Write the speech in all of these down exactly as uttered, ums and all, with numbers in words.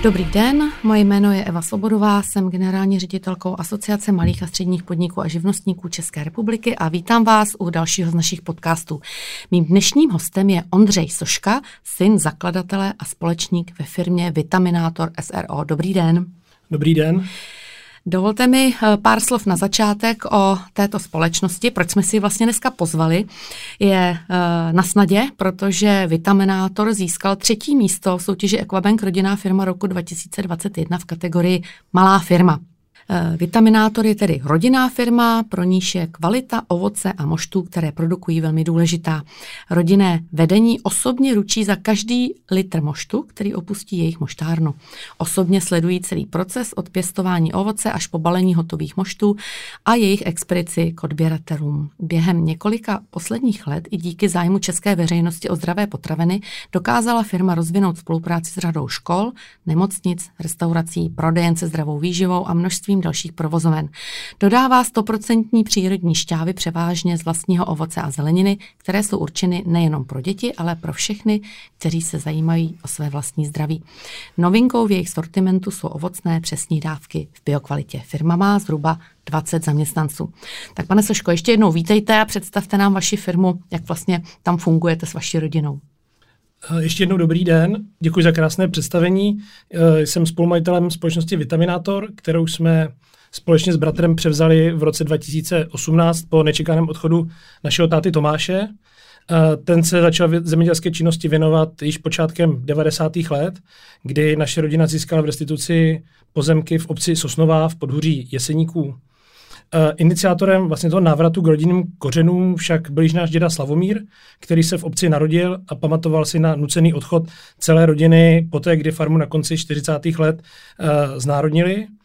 Dobrý den, moje jméno je Eva Svobodová, jsem generální ředitelkou Asociace malých a středních podniků a živnostníků České republiky a vítám vás u dalšího z našich podcastů. Mým dnešním hostem je Ondřej Soška, syn zakladatele a společník ve firmě Vitaminátor S R O. Dobrý den. Dobrý den. Dovolte mi pár slov na začátek o této společnosti. Proč jsme si vlastně dneska pozvali? Je na snadě, protože Vitaminátor získal třetí místo v soutěži Equabank rodinná firma roku dva tisíce dvacet jedna v kategorii Malá firma. Vitaminátor je tedy rodinná firma, pro níž je kvalita ovoce a moštů, které produkují, velmi důležitá. Rodinné vedení osobně ručí za každý litr moštu, který opustí jejich moštárnu. Osobně sledují celý proces od pěstování ovoce až po balení hotových moštů a jejich expedici k odběratelům. Během několika posledních let i díky zájmu české veřejnosti o zdravé potraviny dokázala firma rozvinout spolupráci s řadou škol, nemocnic, restaurací, prodejen se zdravou výživou a množství dalších provozoven. Dodává stoprocentní přírodní šťávy převážně z vlastního ovoce a zeleniny, které jsou určeny nejenom pro děti, ale pro všechny, kteří se zajímají o své vlastní zdraví. Novinkou v jejich sortimentu jsou ovocné přesní dávky v biokvalitě. Firma má zhruba dvacet zaměstnanců. Tak pane Soško, ještě jednou vítejte a představte nám vaši firmu, jak vlastně tam fungujete s vaší rodinou. Ještě jednou dobrý den, děkuji za krásné představení. Jsem spolumajitelem společnosti Vitaminátor, kterou jsme společně s bratrem převzali v roce dva tisíce osmnáct po nečekaném odchodu našeho táty Tomáše. Ten se začal zemědělské činnosti věnovat již počátkem devadesátých let, kdy naše rodina získala v restituci pozemky v obci Sosnová v podhůří Jeseníků. Iniciátorem vlastně toho návratu k rodinným kořenům však byl již náš děda Slavomír, který se v obci narodil a pamatoval si na nucený odchod celé rodiny poté, kdy farmu na konci čtyřicátých let uh, znárodnili. Uh,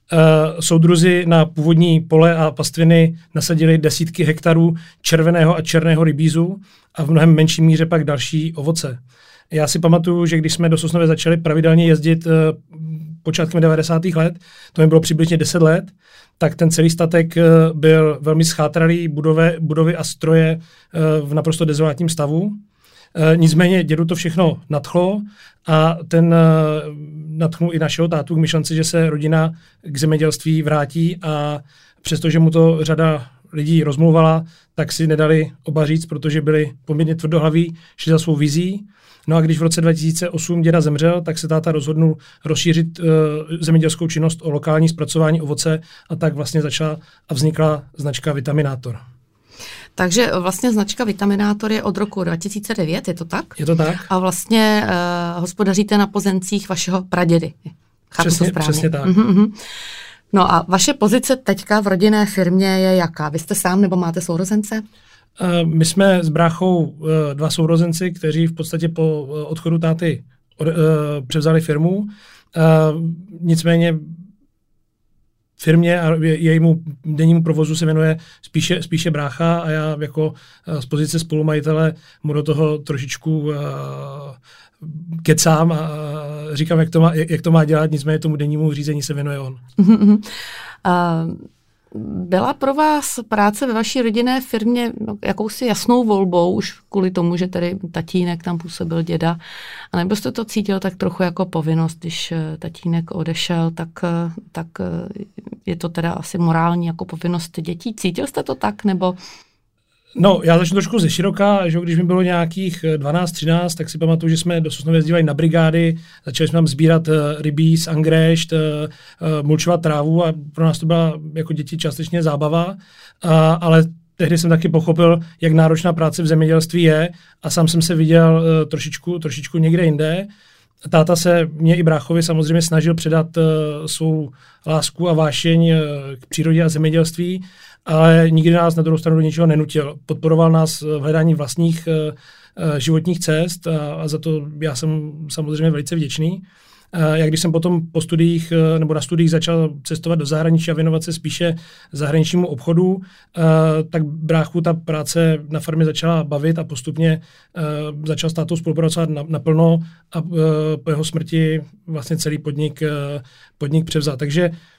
soudruzi na původní pole a pastviny nasadili desítky hektarů červeného a černého rybízu a v mnohem menší míře pak další ovoce. Já si pamatuju, že když jsme do Sosnové začali pravidelně jezdit uh, počátkem devadesátých let, to mi bylo přibližně deset let, tak ten celý statek byl velmi schátralý, budovy, budovy a stroje v naprosto dezolátním stavu. Nicméně dědu to všechno nadchlo a ten nadchnul i našeho tátu k myšlence, že se rodina k zemědělství vrátí a přestože mu to řada lidí rozmluvala, tak si nedali oba říct, protože byli poměrně tvrdohlaví, šli za svou vizí. No a když v roce dva tisíce osm děda zemřel, tak se táta rozhodnul rozšířit uh, zemědělskou činnost o lokální zpracování ovoce a tak vlastně začala a vznikla značka Vitaminátor. Takže vlastně značka Vitaminátor je od roku dva tisíce devět, je to tak? Je to tak. A vlastně uh, hospodaříte na pozemcích vašeho pradědy. Chápu přesně, to správně. Přesně tak. Uh-huh, uh-huh. No a vaše pozice teďka v rodinné firmě je jaká? Vy jste sám nebo máte sourozence? My jsme s bráchou dva sourozenci, kteří v podstatě po odchodu táty převzali firmu. Nicméně firmě a jejímu dennímu provozu se věnuje spíše, spíše brácha a já jako z pozice spolumajitele mu do toho trošičku kecám a říkám, jak to má, jak to má dělat, nicméně tomu dennímu řízení se věnuje on. Uh, Byla pro vás práce ve vaší rodinné firmě jakousi jasnou volbou, už kvůli tomu, že tady tatínek tam působil, děda, a nebo jste to cítil tak trochu jako povinnost, když tatínek odešel, tak, tak je to teda asi morální jako povinnost dětí. Cítil jste to tak, nebo... No, já začnu trošku ze široka, že když mi bylo nějakých dvanáct třináct, tak si pamatuju, že jsme do Sosnovy jezdívali na brigády, začali jsme tam sbírat uh, rybíz, angrešt, uh, uh, mulčovat trávu a pro nás to byla jako děti částečně zábava, uh, ale tehdy jsem taky pochopil, jak náročná práce v zemědělství je a sám jsem se viděl uh, trošičku, trošičku někde jinde. Táta se mě i bráchovi samozřejmě snažil předat uh, svou lásku a vášeň uh, k přírodě a zemědělství, ale nikdy nás na druhou stranu do něčeho nenutil. Podporoval nás v hledání vlastních uh, uh, životních cest a, a za to já jsem samozřejmě velice vděčný. Uh, jak když jsem potom po studiích uh, nebo na studiích začal cestovat do zahraničí a věnovat se spíše zahraničnímu obchodu, uh, tak bráchu ta práce na farmě začala bavit a postupně uh, začal s tátou spolupracovat na, naplno a uh, po jeho smrti vlastně celý podnik, uh, podnik převzal. Takže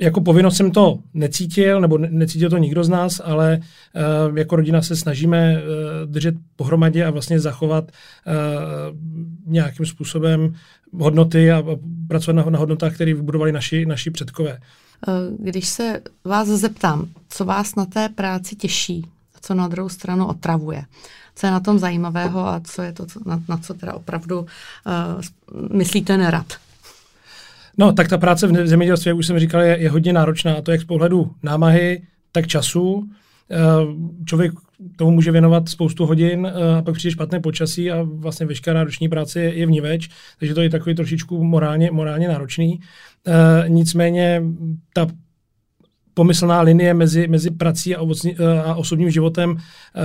jako povinnost jsem to necítil, nebo necítil to nikdo z nás, ale uh, jako rodina se snažíme uh, držet pohromadě a vlastně zachovat uh, nějakým způsobem hodnoty a, a pracovat na, na hodnotách, které vybudovali naši, naši předkové. Když se vás zeptám, co vás na té práci těší, co na druhou stranu otravuje, co je na tom zajímavého a co je to, na, na co teda opravdu uh, myslíte nerad? No, tak ta práce v zemědělství, jak už jsem říkal, je, je hodně náročná, a to jak z pohledu námahy, tak času. Člověk tomu může věnovat spoustu hodin a pak přijde špatné počasí a vlastně veškerá roční práce je, je vniveč, takže to je takový trošičku morálně, morálně náročný. Nicméně ta pomyslná linie mezi, mezi prací a, ovocní, a osobním životem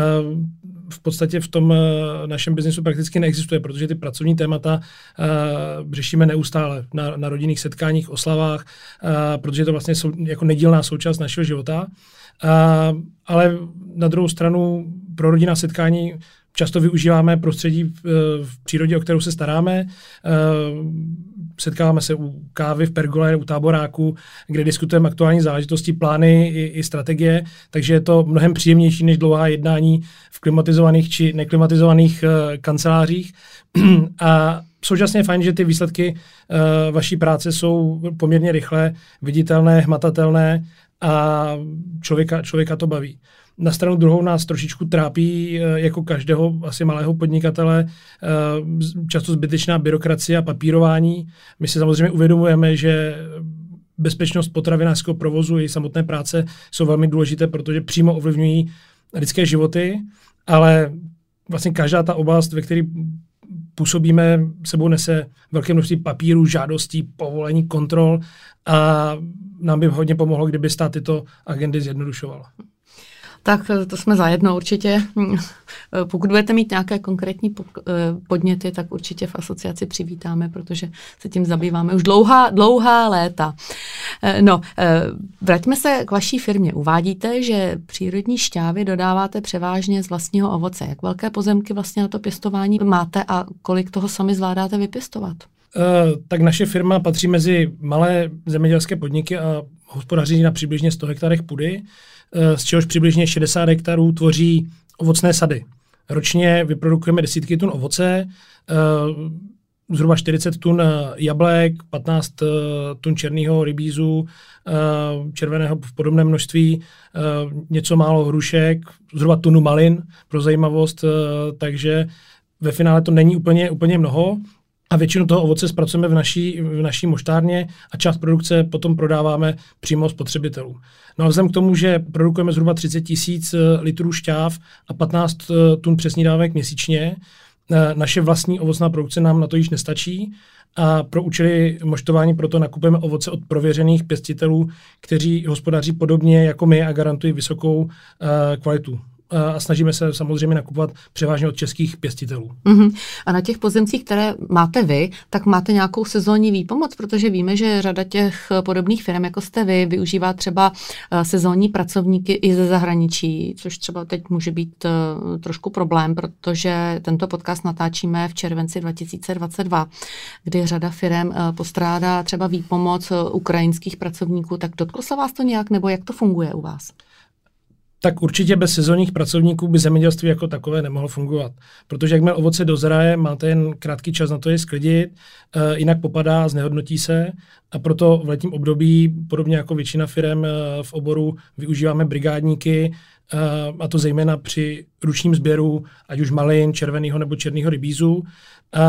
v podstatě v tom našem biznesu prakticky neexistuje, protože ty pracovní témata řešíme neustále na, na rodinných setkáních, oslavách, protože to vlastně jsou jako nedílná součást našeho života. Ale na druhou stranu pro rodinná setkání často využíváme prostředí v, v přírodě, o kterou se staráme. Setkáváme se u kávy v pergole, u táboráku, kde diskutujeme aktuální záležitosti, plány i, i strategie, takže je to mnohem příjemnější než dlouhá jednání v klimatizovaných či neklimatizovaných uh, kancelářích. A současně je fajn, že ty výsledky uh, vaší práce jsou poměrně rychle, viditelné, hmatatelné a člověka, člověka to baví. Na stranu druhou nás trošičku trápí, jako každého asi malého podnikatele, často zbytečná byrokracie a papírování. My si samozřejmě uvědomujeme, že bezpečnost potravinářského provozu i samotné práce jsou velmi důležité, protože přímo ovlivňují lidské životy, ale vlastně každá ta oblast, ve které působíme, sebou nese velké množství papírů, žádostí, povolení, kontrol a nám by hodně pomohlo, kdyby stát tyto agendy zjednodušoval. Tak to jsme zajedno určitě. Pokud budete mít nějaké konkrétní podněty, tak určitě v asociaci přivítáme, protože se tím zabýváme už dlouhá, dlouhá léta. No, vraťme se k vaší firmě. Uvádíte, že přírodní šťávy dodáváte převážně z vlastního ovoce. Jak velké pozemky vlastně na to pěstování máte a kolik toho sami zvládáte vypěstovat? Tak naše firma patří mezi malé zemědělské podniky a hospodaří na přibližně sto hektarech půdy, z čehož přibližně šedesát hektarů tvoří ovocné sady. Ročně vyprodukujeme desítky tun ovoce, zhruba čtyřicet tun jablek, patnáct tun černého rybízu, červeného v podobném množství, něco málo hrušek, zhruba tunu malin pro zajímavost, takže ve finále to není úplně, úplně mnoho. A většinu toho ovoce zpracujeme v naší, v naší moštárně a část produkce potom prodáváme přímo spotřebitelům. No a vzhledem k tomu, že produkujeme zhruba třicet tisíc litrů šťáv a patnáct tun přesných dávek měsíčně, naše vlastní ovocná produkce nám na to již nestačí a pro účely moštování proto nakupujeme ovoce od prověřených pěstitelů, kteří hospodaří podobně jako my a garantují vysokou uh, kvalitu. A snažíme se samozřejmě nakupovat převážně od českých pěstitelů. Uh-huh. A na těch pozemcích, které máte vy, tak máte nějakou sezónní výpomoc, protože víme, že řada těch podobných firm, jako jste vy, využívá třeba sezónní pracovníky i ze zahraničí, což třeba teď může být uh, trošku problém, protože tento podcast natáčíme v červenci dva tisíce dvacet dva, kdy řada firm uh, postrádá třeba výpomoc uh, ukrajinských pracovníků. Tak dotklo se vás to nějak, nebo jak to funguje u vás? Tak určitě bez sezónních pracovníků by zemědělství jako takové nemohlo fungovat. Protože jakmile ovoce dozraje, máte jen krátký čas na to je sklidit, e, jinak popadá, znehodnotí se a proto v letním období, podobně jako většina firem e, v oboru, využíváme brigádníky, e, a to zejména při ručním sběru, ať už malin, červeného nebo černého rybízu. E,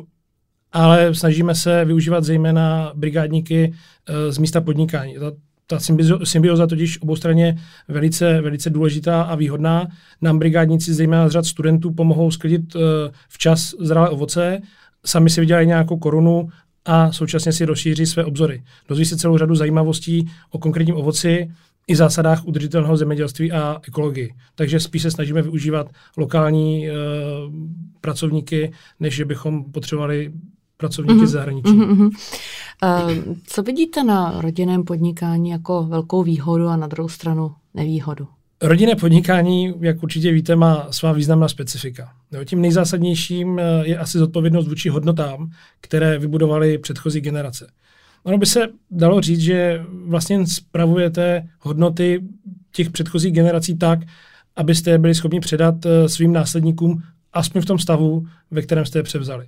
ale snažíme se využívat zejména brigádníky e, z místa podnikání. Ta symbioza totiž oboustranně velice, velice důležitá a výhodná. Nám brigádníci, zejména z řad studentů, pomohou sklidit uh, včas zralé ovoce, sami si vydělají nějakou korunu a současně si rozšíří své obzory. Dozví se celou řadu zajímavostí o konkrétním ovoci i zásadách udržitelného zemědělství a ekologii. Takže spíš se snažíme využívat lokální uh, pracovníky, než že bychom potřebovali pracovníky mm-hmm. z zahraničí. Mm-hmm. Uh, co vidíte na rodinném podnikání jako velkou výhodu a na druhou stranu nevýhodu? Rodinné podnikání, jak určitě víte, má svá významná specifika. Tím nejzásadnějším je asi zodpovědnost vůči hodnotám, které vybudovaly předchozí generace. ono by se dalo říct, že vlastně spravujete hodnoty těch předchozích generací tak, abyste byli schopni předat svým následníkům aspoň v tom stavu, ve kterém jste je převzali.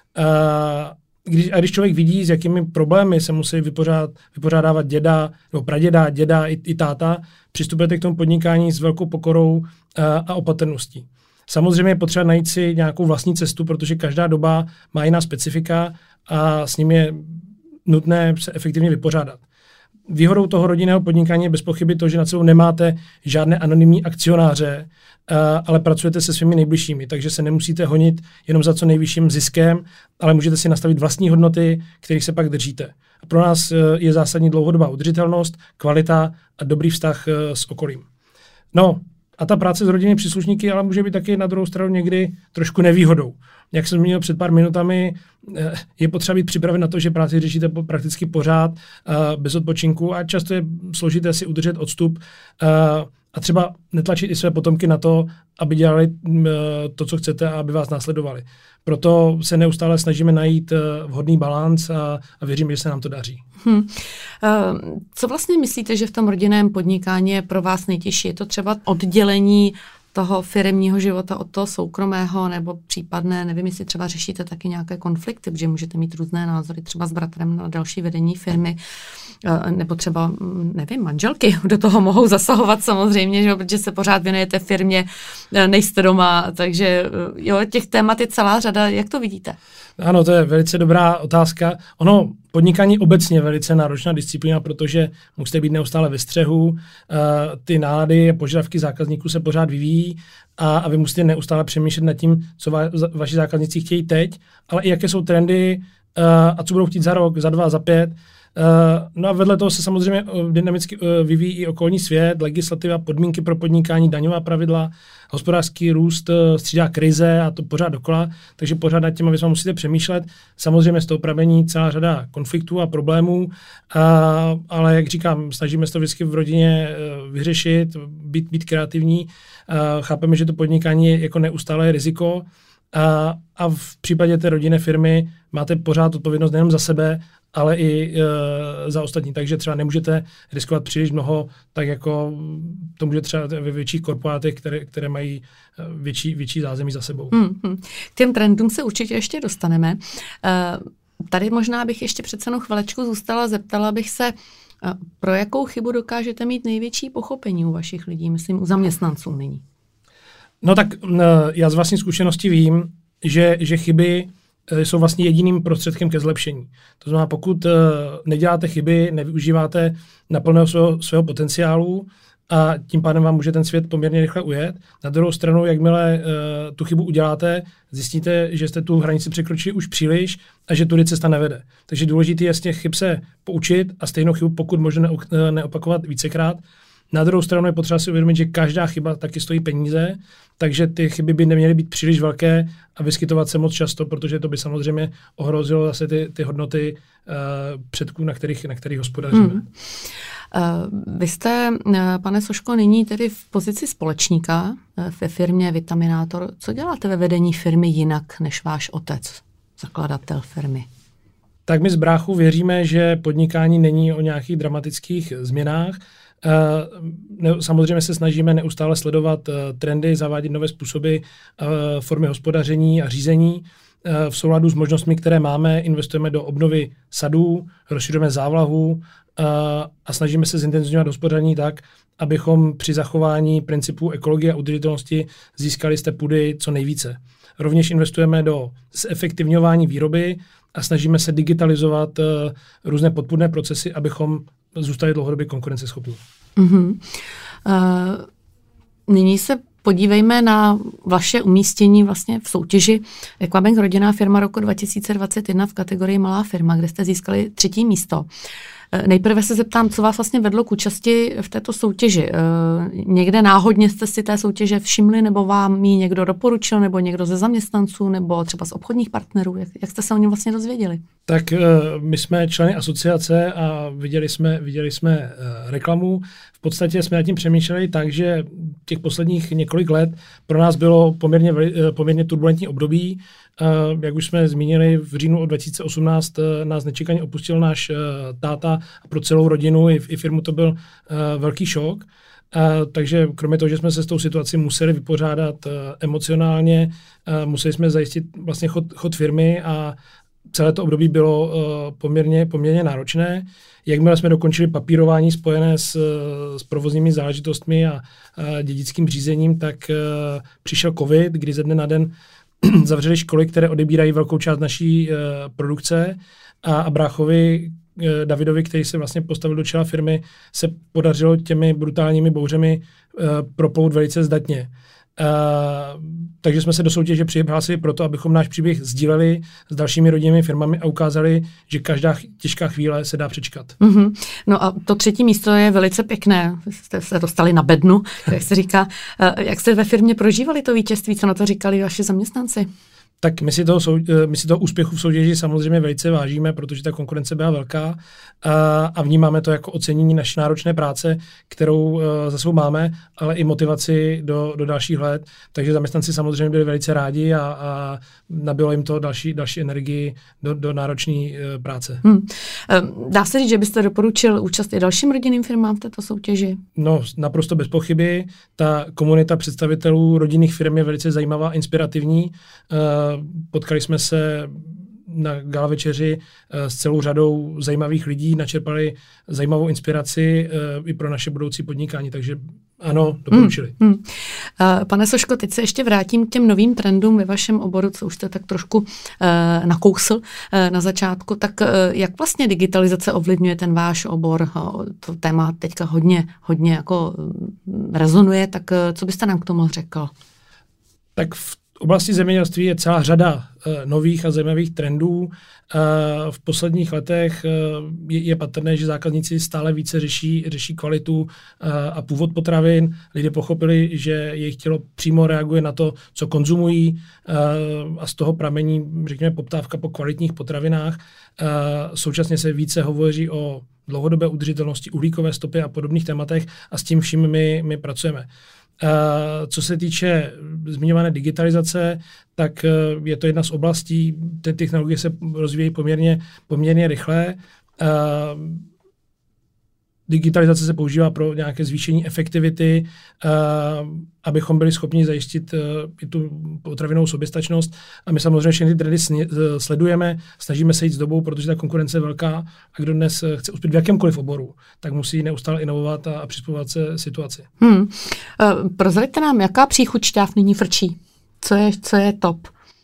A když, a když člověk vidí, s jakými problémy se musí vypořád, vypořádávat děda, nebo praděda, děda i, i táta, přistupujete k tomu podnikání s velkou pokorou a, a opatrností. Samozřejmě je potřeba najít si nějakou vlastní cestu, protože každá doba má jiná specifika a s ním je nutné se efektivně vypořádat. Výhodou toho rodinného podnikání je bez pochyby to, že nad sebou nemáte žádné anonymní akcionáře, ale pracujete se svými nejbližšími, takže se nemusíte honit jenom za co nejvyšším ziskem, ale můžete si nastavit vlastní hodnoty, kterých se pak držíte. A pro nás je zásadní dlouhodobá udržitelnost, kvalita a dobrý vztah s okolím. No, a ta práce s rodinnými příslušníky ale může být taky na druhou stranu někdy trošku nevýhodou. Jak jsem zmínil před pár minutami, je potřeba být připraven na to, že práci řešíte prakticky pořád, bez odpočinku a často je složité si udržet odstup a třeba netlačit i své potomky na to, aby dělali to, co chcete a aby vás následovali. Proto se neustále snažíme najít vhodný balanc a, a věřím, že se nám to daří. Hmm. Co vlastně myslíte, že v tom rodinném podnikání je pro vás nejtěžší? Je to třeba oddělení toho firemního života od toho soukromého, nebo případné, nevím, jestli třeba řešíte taky nějaké konflikty, protože můžete mít různé názory třeba s bratrem na další vedení firmy, nebo třeba, nevím, manželky do toho mohou zasahovat samozřejmě, že, protože se pořád věnujete firmě, nejste doma, takže jo, těch témat je celá řada. Jak to vidíte? Ano, to je velice dobrá otázka. Ono, podnikání obecně je velice náročná disciplína, protože musíte být neustále ve střehu, ty nálady a požadavky zákazníků se pořád vyvíjí a, a vy musíte neustále přemýšlet nad tím, co va, vaši zákazníci chtějí teď, ale i jaké jsou trendy a co budou chtít za rok, za dva, za pět. No a vedle toho se samozřejmě dynamicky vyvíjí i okolní svět, legislativa, podmínky pro podnikání, daňová pravidla, hospodářský růst, střídá krize a to pořád dokola, takže pořád nad těma věcmi musíte přemýšlet. Samozřejmě z toho pramení celá řada konfliktů a problémů, a, ale jak říkám, snažíme se to vždycky v rodině vyřešit, být, být kreativní. A chápeme, že to podnikání je jako neustálé riziko, A, a v případě té rodinné firmy máte pořád odpovědnost nejen za sebe, ale i e, za ostatní. Takže třeba nemůžete riskovat příliš mnoho, tak jako to může třeba ve větších korporátech, které, které mají větší, větší zázemí za sebou. Mm-hmm. K těm trendům se určitě ještě dostaneme. E, tady možná bych ještě přece jenom chvilečku zůstala, zeptala bych se, pro jakou chybu dokážete mít největší pochopení u vašich lidí, myslím u zaměstnanců nyní? No tak já z vlastní zkušenosti vím, že, že chyby jsou vlastně jediným prostředkem ke zlepšení. To znamená, pokud neděláte chyby, nevyužíváte naplného svého, svého potenciálu a tím pádem vám může ten svět poměrně rychle ujet. Na druhou stranu, jakmile uh, tu chybu uděláte, zjistíte, že jste tu hranici překročili už příliš a že tudy cesta nevede. Takže důležité je z těch chyb se poučit a stejnou chybu pokud možno neopakovat vícekrát. Na druhou stranu je potřeba si uvědomit, že každá chyba taky stojí peníze, takže ty chyby by neměly být příliš velké a vyskytovat se moc často, protože to by samozřejmě ohrozilo zase ty, ty hodnoty uh, předků, na kterých, na kterých hospodaříme. Hmm. Uh, vy jste, uh, pane Soško, nyní tedy v pozici společníka uh, ve firmě Vitaminátor. Co děláte ve vedení firmy jinak než váš otec, zakladatel firmy? Tak my z bráchu věříme, že podnikání není o nějakých dramatických změnách. Uh, samozřejmě se snažíme neustále sledovat uh, trendy, zavádět nové způsoby uh, formy hospodaření a řízení. Uh, v souladu s možnostmi, které máme, investujeme do obnovy sadů, rozšiřujeme závlahu uh, a snažíme se zintenzivňovat hospodaření tak, abychom při zachování principů ekologie a udržitelnosti získali z té půdy co nejvíce. Rovněž investujeme do zefektivňování výroby a snažíme se digitalizovat uh, různé podpůrné procesy, abychom zůstali dlouhodobě konkurenceschopní. Mm-hmm. Uh, nyní se podívejme na vaše umístění vlastně v soutěži Equabank rodinná firma roku dva tisíce dvacet jedna v kategorii malá firma, kde jste získali třetí místo. Nejprve se zeptám, co vás vlastně vedlo k účasti v této soutěži. Někde náhodně jste si té soutěže všimli, nebo vám ji někdo doporučil, nebo někdo ze zaměstnanců, nebo třeba z obchodních partnerů? Jak, jak jste se o něm vlastně dozvěděli? Tak my jsme členy asociace a viděli jsme, viděli jsme reklamu. V podstatě jsme nad tím přemýšleli tak, že těch posledních několik let pro nás bylo poměrně, poměrně turbulentní období. Jak už jsme zmínili, v říjnu dva tisíce osmnáct nás nečekaně opustil náš táta a pro celou rodinu i, i firmu to byl velký šok. Takže kromě toho, že jsme se s tou situací museli vypořádat emocionálně, museli jsme zajistit vlastně chod, chod firmy a celé to období bylo uh, poměrně, poměrně náročné. Jakmile jsme dokončili papírování spojené s, s provozními záležitostmi a, a dědickým řízením, tak uh, přišel covid, kdy ze dne na den zavřeli školy, které odebírají velkou část naší uh, produkce a, a bráchovi uh, Davidovi, který se vlastně postavil do čela firmy, se podařilo těmi brutálními bouřemi uh, proplout velice zdatně. Uh, takže jsme se do soutěže přihlásili proto, abychom náš příběh sdíleli s dalšími rodinnými firmami a ukázali, že každá ch- těžká chvíle se dá přečkat. Mm-hmm. No a to třetí místo je velice pěkné. Jste se dostali na bednu, jak se říká. Uh, jak jste ve firmě prožívali to vítězství? Co na to říkali vaši zaměstnanci? Tak my si, toho sou, my si toho úspěchu v soutěži samozřejmě velice vážíme, protože ta konkurence byla velká a, a vnímáme to jako ocenění naší náročné práce, kterou uh, za sebou máme, ale i motivaci do, do dalších let. Takže zaměstnanci samozřejmě byli velice rádi a, a nabilo jim to další, další energii do, do náročné uh, práce. Hmm. Dá se říct, že byste doporučil účast i dalším rodinným firmám v této soutěži? No, naprosto bez pochyby. Ta komunita představitelů rodinných firm je velice zajímavá, inspirativní. Uh, Potkali jsme se na gala večeři s celou řadou zajímavých lidí, načerpali zajímavou inspiraci i pro naše budoucí podnikání, takže ano, doporučili. Hmm, hmm. Pane Soško, teď se ještě vrátím k těm novým trendům ve vašem oboru, co už jste tak trošku uh, nakousl uh, na začátku. Tak uh, jak vlastně digitalizace ovlivňuje ten váš obor? Uh, to téma teďka hodně, hodně jako rezonuje, tak uh, co byste nám k tomu řekl? Tak v V oblasti zemědělství je celá řada uh, nových a zajímavých trendů. Uh, v posledních letech uh, je, je patrné, že zákazníci stále více řeší, řeší kvalitu uh, a původ potravin. Lidé pochopili, že jejich tělo přímo reaguje na to, co konzumují uh, a z toho pramení, řekněme, poptávka po kvalitních potravinách. Uh, současně se více hovoří o dlouhodobé udržitelnosti, uhlíkové stopy a podobných tématech a s tím vším my, my pracujeme. Uh, co se týče zmiňované digitalizace, tak uh, je to jedna z oblastí, ty technologie se rozvíjejí poměrně, poměrně rychle. Uh, digitalizace se používá pro nějaké zvýšení efektivity, uh, abychom byli schopni zajistit uh, i tu potravinovou soběstačnost. A my samozřejmě všechny ty trendy sledujeme, snažíme se jít s dobou, protože ta konkurence je velká a kdo dnes chce uspět v jakémkoliv oboru, tak musí neustále inovovat a, a přizpůsobovat se situaci. Hmm. Uh, prozraďte nám, jaká příchuť šťáv nyní frčí? Co je, co je top?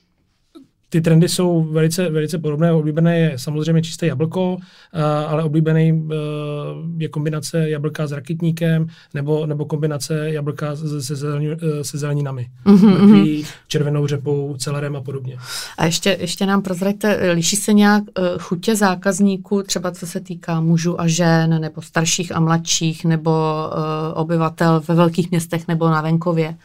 Ty trendy jsou velice, velice podobné. Oblíbené je samozřejmě čisté jablko, ale oblíbený je kombinace jablka s rakitníkem nebo, nebo kombinace jablka se, zelení, se zeleninami. Mm-hmm. Mrkví, červenou řepou, celerem a podobně. A ještě, ještě nám prozraďte, liší se nějak chutě zákazníků, třeba co se týká mužů a žen, nebo starších a mladších, nebo uh, obyvatel ve velkých městech nebo na venkově?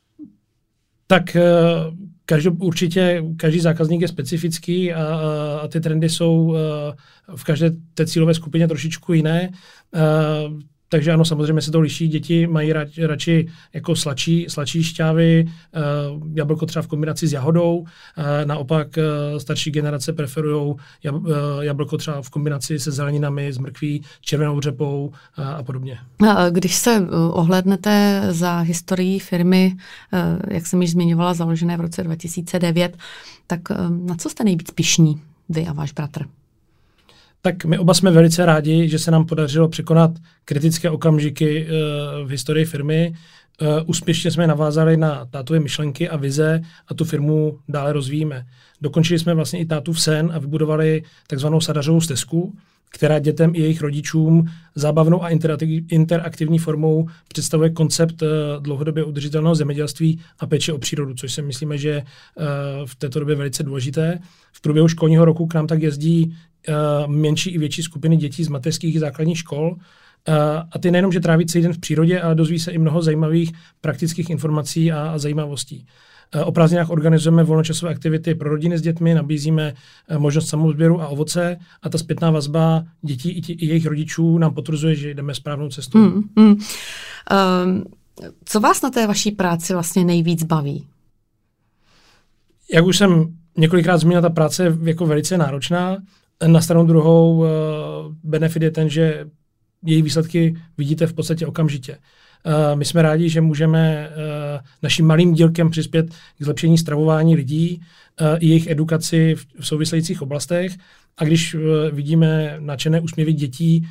Tak každý, určitě každý zákazník je specifický a, a ty trendy jsou v každé té cílové skupině trošičku jiné. Takže ano, samozřejmě se to liší. Děti mají rad, radši jako sladší, sladší šťávy, uh, jablko třeba v kombinaci s jahodou. Uh, naopak uh, starší generace preferují jab, uh, jablko třeba v kombinaci se zeleninami, s mrkví, červenou řepou uh, a podobně. Když se uh, ohlédnete za historií firmy, uh, jak jsem již zmiňovala, založené v roce dva tisíce devět, tak uh, na co jste nejvíc pyšní, vy a váš bratr? Tak my oba jsme velice rádi, že se nám podařilo překonat kritické okamžiky uh, v historii firmy. Uh, úspěšně jsme navázali na tátovy myšlenky a vize a tu firmu dále rozvíjíme. Dokončili jsme vlastně i tátův sen a vybudovali takzvanou sadařovou stezku, která dětem i jejich rodičům zábavnou a interaktivní formou představuje koncept uh, dlouhodobě udržitelného zemědělství a péče o přírodu, což si myslíme, že uh, v této době velice důležité. V průběhu školního roku k nám tak jezdí Uh, menší i větší skupiny dětí z mateřských i základních škol. Uh, a ty nejenom, že tráví celý den v přírodě, ale dozví se i mnoho zajímavých praktických informací a, a zajímavostí. Uh, o prázdninách organizujeme volnočasové aktivity pro rodiny s dětmi, nabízíme uh, možnost samosběru a ovoce a ta zpětná vazba dětí i, tě, i jejich rodičů nám potvrzuje, že jdeme správnou cestou. Hmm, hmm. Um, co vás na té vaší práci vlastně nejvíc baví? Jak už jsem několikrát zmínila, ta práce je jako velice náročná. Na stranu druhou uh, benefit je ten, že její výsledky vidíte v podstatě okamžitě. Uh, my jsme rádi, že můžeme uh, naším malým dílkem přispět k zlepšení stravování lidí uh, i jejich edukaci v, v souvisejících oblastech. A když uh, vidíme nadšené úsměvy dětí,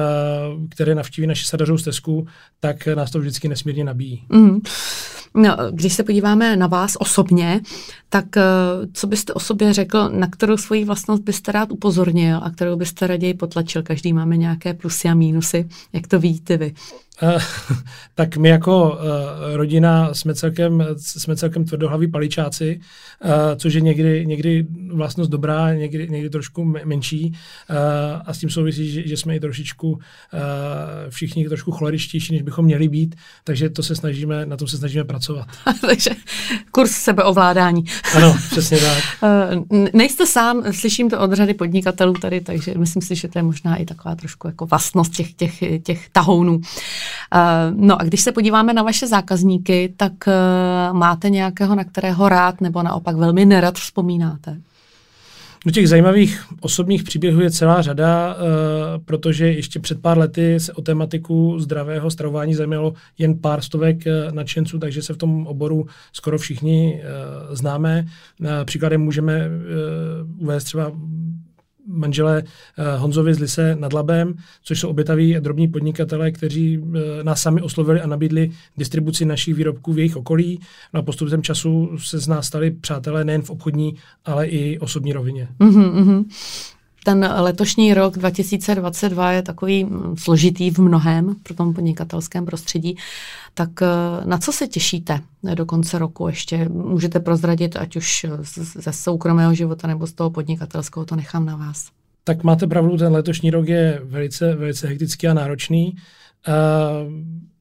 uh, které navštíví naši sadařovou stezku, tak nás to vždycky nesmírně nabíjí. Mm. No, když se podíváme na vás osobně, tak co byste o sobě řekl, na kterou svoji vlastnost byste rád upozornil a kterou byste raději potlačil? Každý máme nějaké plusy a mínusy. Jak to vidíte vy? Uh, tak my jako uh, rodina jsme celkem, jsme celkem tvrdohlaví paličáci, uh, což je někdy, někdy vlastnost dobrá, někdy, někdy trošku menší uh, a s tím souvisí, že, že jsme i trošičku uh, všichni trošku choleričtější, než bychom měli být, takže to se snažíme, na tom se snažíme pracovat. Takže kurz sebeovládání. Ano, přesně tak. Uh, nejste sám, slyším to od řady podnikatelů tady, takže myslím si, že to je možná i taková trošku jako vlastnost těch, těch, těch tahounů. Uh, no a když se podíváme na vaše zákazníky, tak uh, máte nějakého, na kterého rád nebo naopak velmi nerad vzpomínáte? No těch zajímavých osobních příběhů je celá řada, uh, protože ještě před pár lety se o tematiku zdravého stravování zajímalo jen pár stovek uh, nadšenců, takže se v tom oboru skoro všichni uh, známe. Uh, příkladem můžeme uh, uvést třeba manželé uh, Honzovi z Lise nad Labem, což jsou obětaví a drobní podnikatelé, kteří uh, nás sami oslovili a nabídli distribuci našich výrobků v jejich okolí. No a postupem času se z nás stali přátelé nejen v obchodní, ale i osobní rovině. Mm-hmm. Ten letošní rok dva tisíce dvacet dva je takový složitý v mnohém pro tom podnikatelském prostředí. Tak na co se těšíte do konce roku ještě? Můžete prozradit, ať už ze soukromého života nebo z toho podnikatelského, to nechám na vás. Tak máte pravdu, ten letošní rok je velice, velice hektický a náročný. Uh,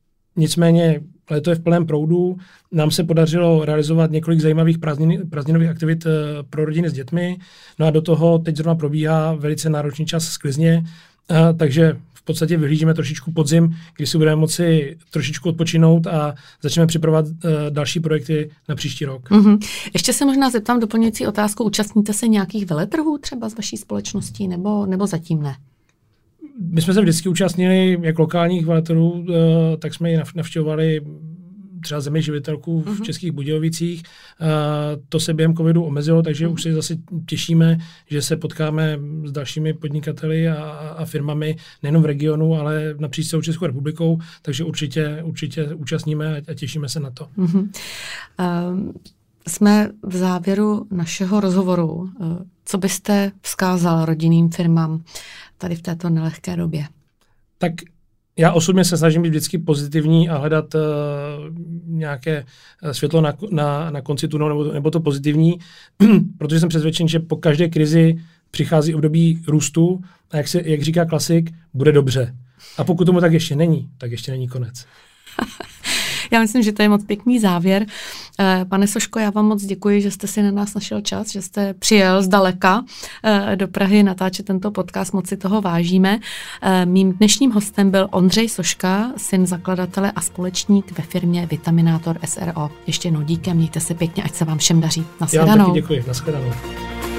nicméně léto je v plném proudu. Nám se podařilo realizovat několik zajímavých prázdnin, prázdninových aktivit uh, pro rodiny s dětmi. No a do toho teď zrovna probíhá velice náročný čas sklizně, uh, takže v podstatě vyhlížíme trošičku podzim, kdy si budeme moci trošičku odpočinout a začneme připravovat uh, další projekty na příští rok. Mm-hmm. Ještě se možná zeptám doplňující otázku. Účastníte se nějakých veletrhů třeba z vaší společností nebo, nebo zatím ne? My jsme se vždycky účastnili jak lokálních veletrhů, uh, tak jsme ji navštěvovali třeba Zemi živitelků v uh-huh. Českých Budějovicích. Uh, to se během covidu omezilo, takže uh-huh. už se zase těšíme, že se potkáme s dalšími podnikateli a, a firmami nejen v regionu, ale napříč celou Českou republikou, takže určitě, určitě účastníme a těšíme se na to. Uh-huh. Uh, jsme v závěru našeho rozhovoru. Uh, co byste vzkázal rodinným firmám tady v této nelehké době? Tak já osobně se snažím být vždycky pozitivní a hledat uh, nějaké světlo na, na, na konci tunelu, nebo, nebo to pozitivní, protože jsem přesvědčen, že po každé krizi přichází období růstu a jak, se, jak říká klasik, bude dobře. A pokud tomu tak ještě není, tak ještě není konec. Já myslím, že to je moc pěkný závěr. Pane Soško, já vám moc děkuji, že jste si na nás našel čas, že jste přijel zdaleka do Prahy natáčet tento podcast, moc si toho vážíme. Mým dnešním hostem byl Ondřej Soška, syn zakladatele a společník ve firmě Vitaminátor S R O. Ještě jednou díky, mějte se pěkně, ať se vám všem daří. Já vám taky děkuji, nashledanou.